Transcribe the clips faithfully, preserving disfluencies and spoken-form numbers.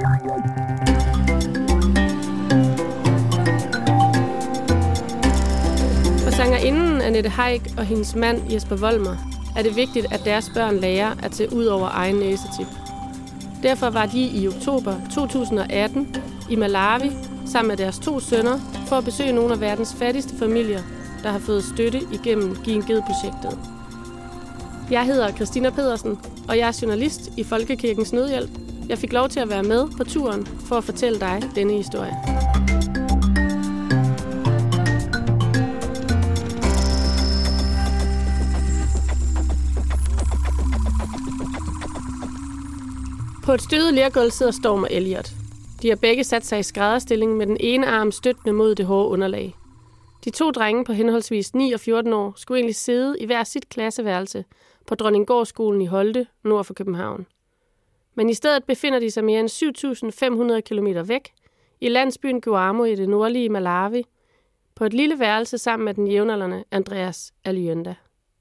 For sangerinden Annette Heick og hendes mand Jesper Vollmer er det vigtigt, at deres børn lærer at se ud over egen næsetip. Derfor var de i oktober to tusind og atten i Malawi sammen med deres to sønner for at besøge nogle af verdens fattigste familier, der har fået støtte igennem Giv en Ged-projektet. Jeg hedder Christina Pedersen, og jeg er journalist i Folkekirkens Nødhjælp. Jeg fik lov til at være med på turen for at fortælle dig denne historie. På et støvet lergulv sidder Storm og Elliot. De har begge sat sig i skrædderstilling med den ene arm støttende mod det hårde underlag. De to drenge på henholdsvis ni og fjorten år skulle egentlig sidde i hver sit klasseværelse på Dronninggårdsskolen i Holte, nord for København. Men i stedet befinder de sig mere end syv tusind fem hundrede kilometer væk, i landsbyen Guamo i det nordlige Malawi, på et lille værelse sammen med den jævnaldrende Andreas Alyonda.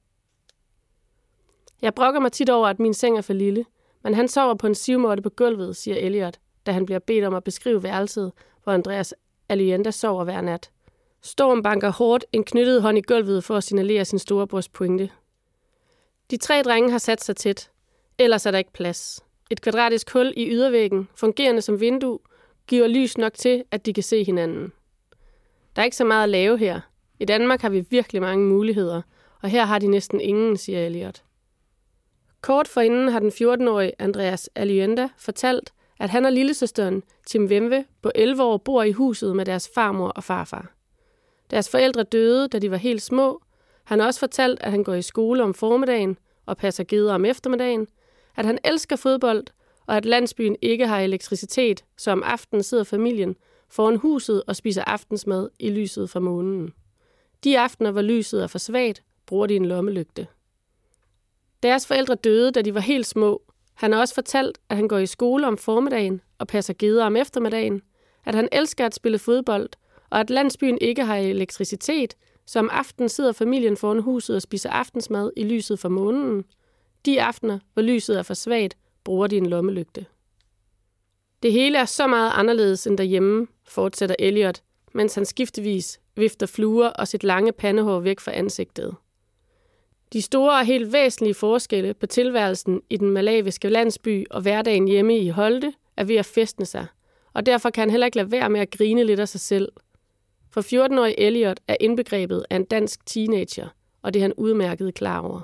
Jeg brokker mig tit over, at min seng er for lille, men han sover på en sivmåtte på gulvet, siger Elliot, da han bliver bedt om at beskrive værelset, hvor Andreas Alyonda sover hver nat. Storm banker hårdt en knyttet hånd i gulvet for at signalere sin storebrors pointe. De tre drenge har sat sig tæt, ellers er der ikke plads. Et kvadratisk hul i ydervæggen, fungerende som vindue, giver lys nok til, at de kan se hinanden. Der er ikke så meget at lave her. I Danmark har vi virkelig mange muligheder, og her har de næsten ingen, siger Elliot. Kort forinden har den fjorten-årige Andreas Alyonda fortalt, at han og lillesøsteren Tim Wemwe på elleve år bor i huset med deres farmor og farfar. Deres forældre døde, da de var helt små. Han har også fortalt, at han går i skole om formiddagen og passer geder om eftermiddagen, at han elsker fodbold, og at landsbyen ikke har elektricitet, så om aftenen sidder familien foran huset og spiser aftensmad i lyset fra månen. De aftener, hvor lyset er for svagt, bruger de en lommelygte. Deres forældre døde, da de var helt små. Han har også fortalt, at han går i skole om formiddagen og passer geder om eftermiddagen, at han elsker at spille fodbold, og at landsbyen ikke har elektricitet, så om aftenen sidder familien foran huset og spiser aftensmad i lyset fra månen. De aftener, hvor lyset er for svagt, bruger de en lommelygte. Det hele er så meget anderledes end derhjemme, fortsætter Elliot, mens han skiftevis vifter fluer og sit lange pandehår væk fra ansigtet. De store og helt væsentlige forskelle på tilværelsen i den malawiske landsby og hverdagen hjemme i Holte er ved at fæstne sig, og derfor kan han heller ikke lade være med at grine lidt af sig selv. For fjorten-årige Elliot er indbegrebet af en dansk teenager, og det er han udmærket klar over.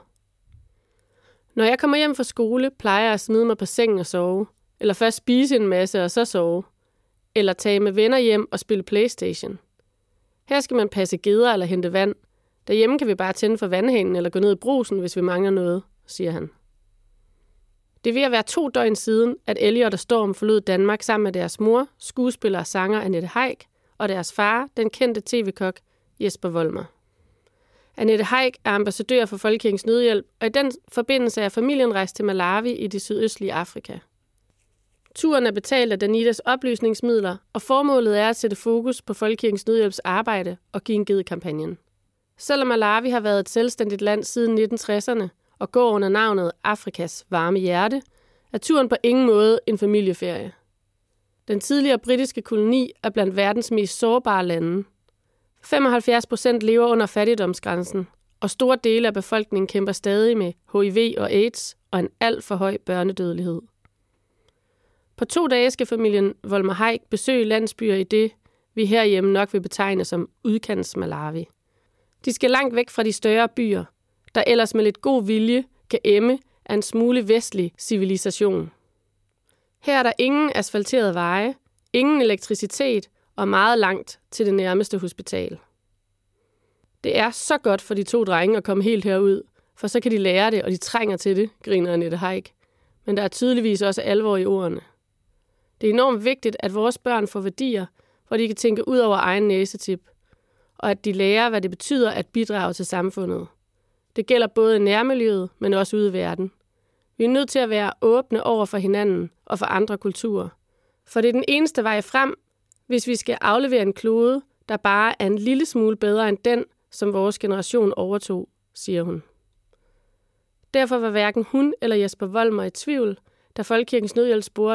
Når jeg kommer hjem fra skole, plejer jeg at smide mig på sengen og sove, eller først spise en masse og så sove, eller tage med venner hjem og spille PlayStation. Her skal man passe geder eller hente vand. Derhjemme kan vi bare tænde for vandhanen eller gå ned i brusen, hvis vi mangler noget, siger han. Det er ved at være to døgn siden, at Elliot og Storm forlod Danmark sammen med deres mor, skuespiller og sanger Annette Heick, og deres far, den kendte tv-kok Jesper Vollmer. Annette Heick er ambassadør for Folkekirkens Nødhjælp, og i den forbindelse er familien rejst til Malawi i det sydøstlige Afrika. Turen er betalt af Danidas oplysningsmidler, og formålet er at sætte fokus på Folkekirkens Nødhjælps arbejde og give en ged-kampagnen. Selvom Malawi har været et selvstændigt land siden nitten tresserne og går under navnet Afrikas varme hjerte, er turen på ingen måde en familieferie. Den tidligere britiske koloni er blandt verdens mest sårbare lande. femoghalvfjerds procent lever under fattigdomsgrænsen, og store dele af befolkningen kæmper stadig med H I V og AIDS og en alt for høj børnedødelighed. På to dage skal familien Vollmer Heick besøge landsbyer i det, vi herhjemme nok vil betegne som udkants Malawi. De skal langt væk fra de større byer, der ellers med lidt god vilje kan emme af en smule vestlig civilisation. Her er der ingen asfalterede veje, ingen elektricitet og meget langt til det nærmeste hospital. Det er så godt for de to drenge at komme helt herud, for så kan de lære det, og de trænger til det, griner Annette Heick. Men der er tydeligvis også alvor i ordene. Det er enormt vigtigt, at vores børn får værdier, hvor de kan tænke ud over egen næsetip, og at de lærer, hvad det betyder at bidrage til samfundet. Det gælder både i nærmiljøet, men også ude i verden. Vi er nødt til at være åbne over for hinanden og for andre kulturer. For det er den eneste vej frem, hvis vi skal aflevere en klode, der bare er en lille smule bedre end den, som vores generation overtog, siger hun. Derfor var hverken hun eller Jesper Vollmer i tvivl, da Folkekirkens Nødhjælp spurgte,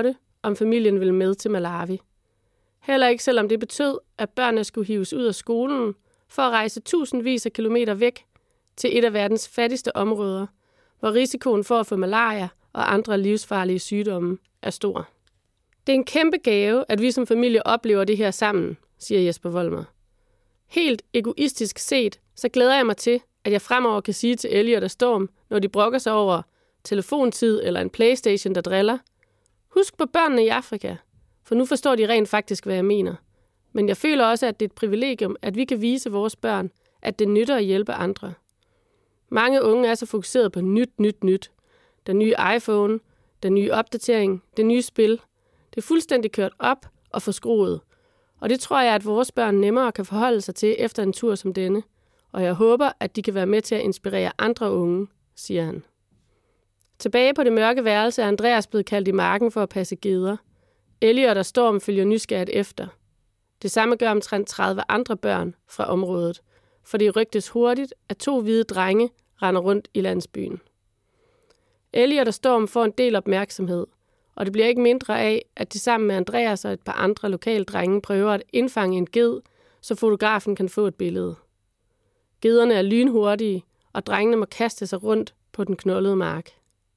om familien ville med til Malawi. Heller ikke selvom det betød, at børnene skulle hives ud af skolen for at rejse tusindvis af kilometer væk til et af verdens fattigste områder, hvor risikoen for at få malaria og andre livsfarlige sygdomme er stor. Det er en kæmpe gave, at vi som familie oplever det her sammen, siger Jesper Volmer. Helt egoistisk set, så glæder jeg mig til, at jeg fremover kan sige til Elliot og Storm, når de brokker sig over telefontid eller en PlayStation, der driller: husk på børnene i Afrika, for nu forstår de rent faktisk, hvad jeg mener. Men jeg føler også, at det er et privilegium, at vi kan vise vores børn, at det nytter at hjælpe andre. Mange unge er så fokuseret på nyt, nyt, nyt. Den nye iPhone, den nye opdatering, det nye spil. Det er fuldstændig kørt op og forskruet. Og det tror jeg, at vores børn nemmere kan forholde sig til efter en tur som denne. Og jeg håber, at de kan være med til at inspirere andre unge, siger han. Tilbage på det mørke værelse er Andreas blevet kaldt i marken for at passe geder. Elliot og Storm følger nysgerrigt efter. Det samme gør omtrent tredive andre børn fra området, for det rygtes hurtigt, at to hvide drenge render rundt i landsbyen. Elliot og Storm får en del opmærksomhed, og det bliver ikke mindre af, at de sammen med Andreas og et par andre lokale drenge prøver at indfange en ged, så fotografen kan få et billede. Gederne er lynhurtige, og drengene må kaste sig rundt på den knoldede mark.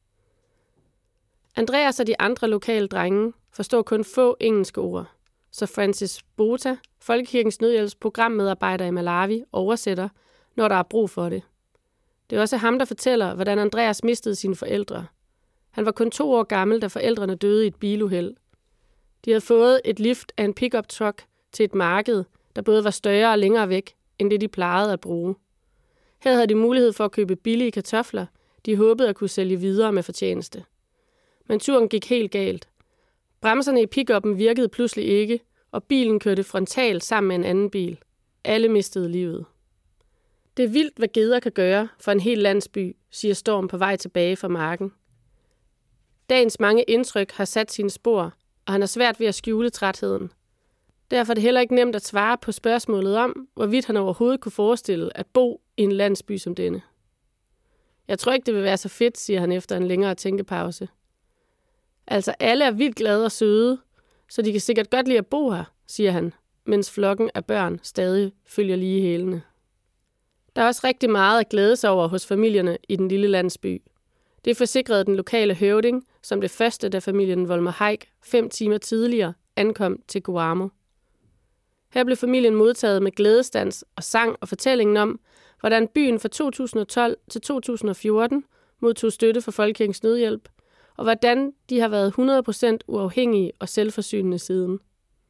Andreas og de andre lokale drenge forstår kun få engelske ord, så Francis Bota, Folkekirkens Nødhjælps programmedarbejder i Malawi, oversætter, når der er brug for det. Det er også ham, der fortæller, hvordan Andreas mistede sine forældre. Han var kun to år gammel, da forældrene døde i et biluheld. De havde fået et lift af en pickup truck til et marked, der både var større og længere væk, end det de plejede at bruge. Her havde de mulighed for at købe billige kartofler, de håbede at kunne sælge videre med fortjeneste. Men turen gik helt galt. Bremserne i pickuppen virkede pludselig ikke, og bilen kørte frontalt sammen med en anden bil. Alle mistede livet. Det er vildt, hvad geder kan gøre for en hel landsby, siger Storm på vej tilbage fra marken. Dagens mange indtryk har sat sine spor, og han har svært ved at skjule trætheden. Derfor er det heller ikke nemt at svare på spørgsmålet om, hvorvidt han overhovedet kunne forestille at bo i en landsby som denne. Jeg tror ikke, det vil være så fedt, siger han efter en længere tænkepause. Altså, alle er vildt glade og søde, så de kan sikkert godt lide at bo her, siger han, mens flokken af børn stadig følger lige hælene. Der er også rigtig meget at glæde sig over hos familierne i den lille landsby. Det forsikrede den lokale høvding, som det første, da familien Volmer Haik fem timer tidligere ankom til Guamo. Her blev familien modtaget med glædestans og sang og fortællingen om, hvordan byen fra to tusind og tolv til to tusind og fjorten modtog støtte fra Folkekirkens Nødhjælp, og hvordan de har været hundrede procent uafhængige og selvforsynende siden.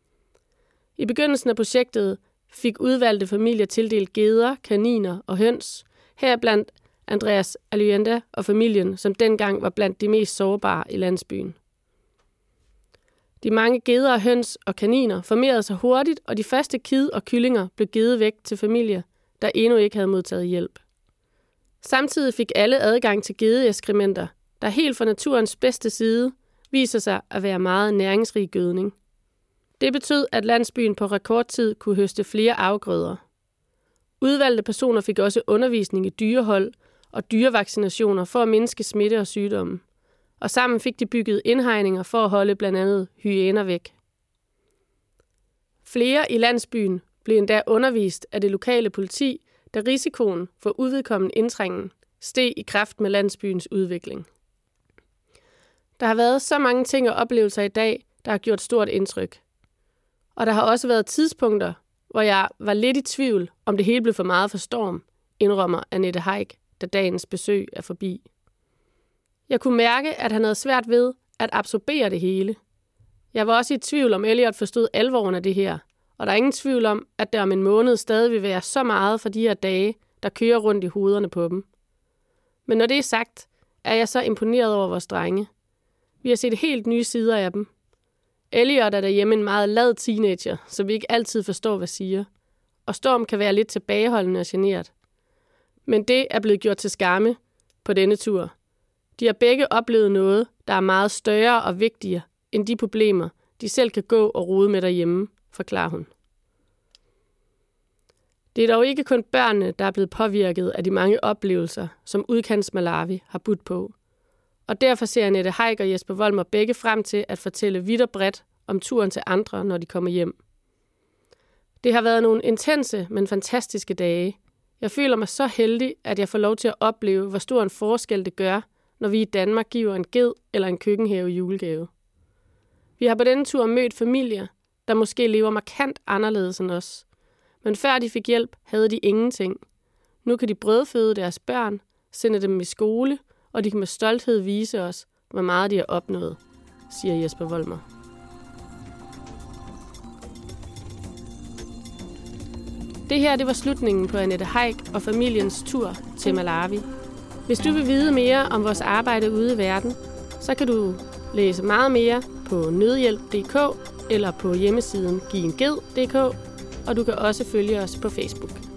I begyndelsen af projektet fik udvalgte familier tildelt geder, kaniner og høns, heriblandt Andreas Allende og familien, som dengang var blandt de mest sårbare i landsbyen. De mange geder, høns og kaniner formerede sig hurtigt, og de første kid og kyllinger blev givet væk til familier, der endnu ikke havde modtaget hjælp. Samtidig fik alle adgang til gedeeskrementer, der helt fra naturens bedste side viser sig at være meget næringsrig gødning. Det betød, at landsbyen på rekordtid kunne høste flere afgrøder. Udvalgte personer fik også undervisning i dyrehold og dyrevaccinationer for at mindske smitte og sygdomme. Og sammen fik de bygget indhegninger for at holde blandt andet hyæner væk. Flere i landsbyen blev endda undervist af det lokale politi, da risikoen for uvedkommende indtrængen steg i kraft med landsbyens udvikling. Der har været så mange ting og oplevelser i dag, der har gjort stort indtryk. Og der har også været tidspunkter, hvor jeg var lidt i tvivl, om det hele blev for meget for Storm, indrømmer Annette Haik, da dagens besøg er forbi. Jeg kunne mærke, at han havde svært ved at absorbere det hele. Jeg var også i tvivl, om Elliot forstod alvoren af det her, og der er ingen tvivl om, at der om en måned stadig vil være så meget for de her dage, der kører rundt i hovederne på dem. Men når det er sagt, er jeg så imponeret over vores drenge. Vi har set helt nye sider af dem. Elliot er derhjemme en meget lad teenager, så vi ikke altid forstår, hvad siger. Og Storm kan være lidt tilbageholdende og genert. Men det er blevet gjort til skamme på denne tur. De har begge oplevet noget, der er meget større og vigtigere end de problemer, de selv kan gå og rode med derhjemme, forklarer hun. Det er dog ikke kun børnene, der er blevet påvirket af de mange oplevelser, som udkants Malawi har budt på. og derfor ser Annette Heick og Jesper Volmer begge frem til at fortælle vidt og bredt om turen til andre, når de kommer hjem. Det har været nogle intense, men fantastiske dage. Jeg føler mig så heldig, at jeg får lov til at opleve, hvor stor en forskel det gør, når vi i Danmark giver en ged eller en køkkenhave julegave. Vi har på denne tur mødt familier, der måske lever markant anderledes end os. Men før de fik hjælp, havde de ingenting. Nu kan de brødføde deres børn, sende dem i skole, og de kan med stolthed vise os, hvor meget de har opnået, siger Jesper Volmer. Det her det var slutningen på Annette Heick og familiens tur til Malawi. Hvis du vil vide mere om vores arbejde ude i verden, så kan du læse meget mere på nødhjælp punktum d k eller på hjemmesiden giv en ged punktum d k, og du kan også følge os på Facebook.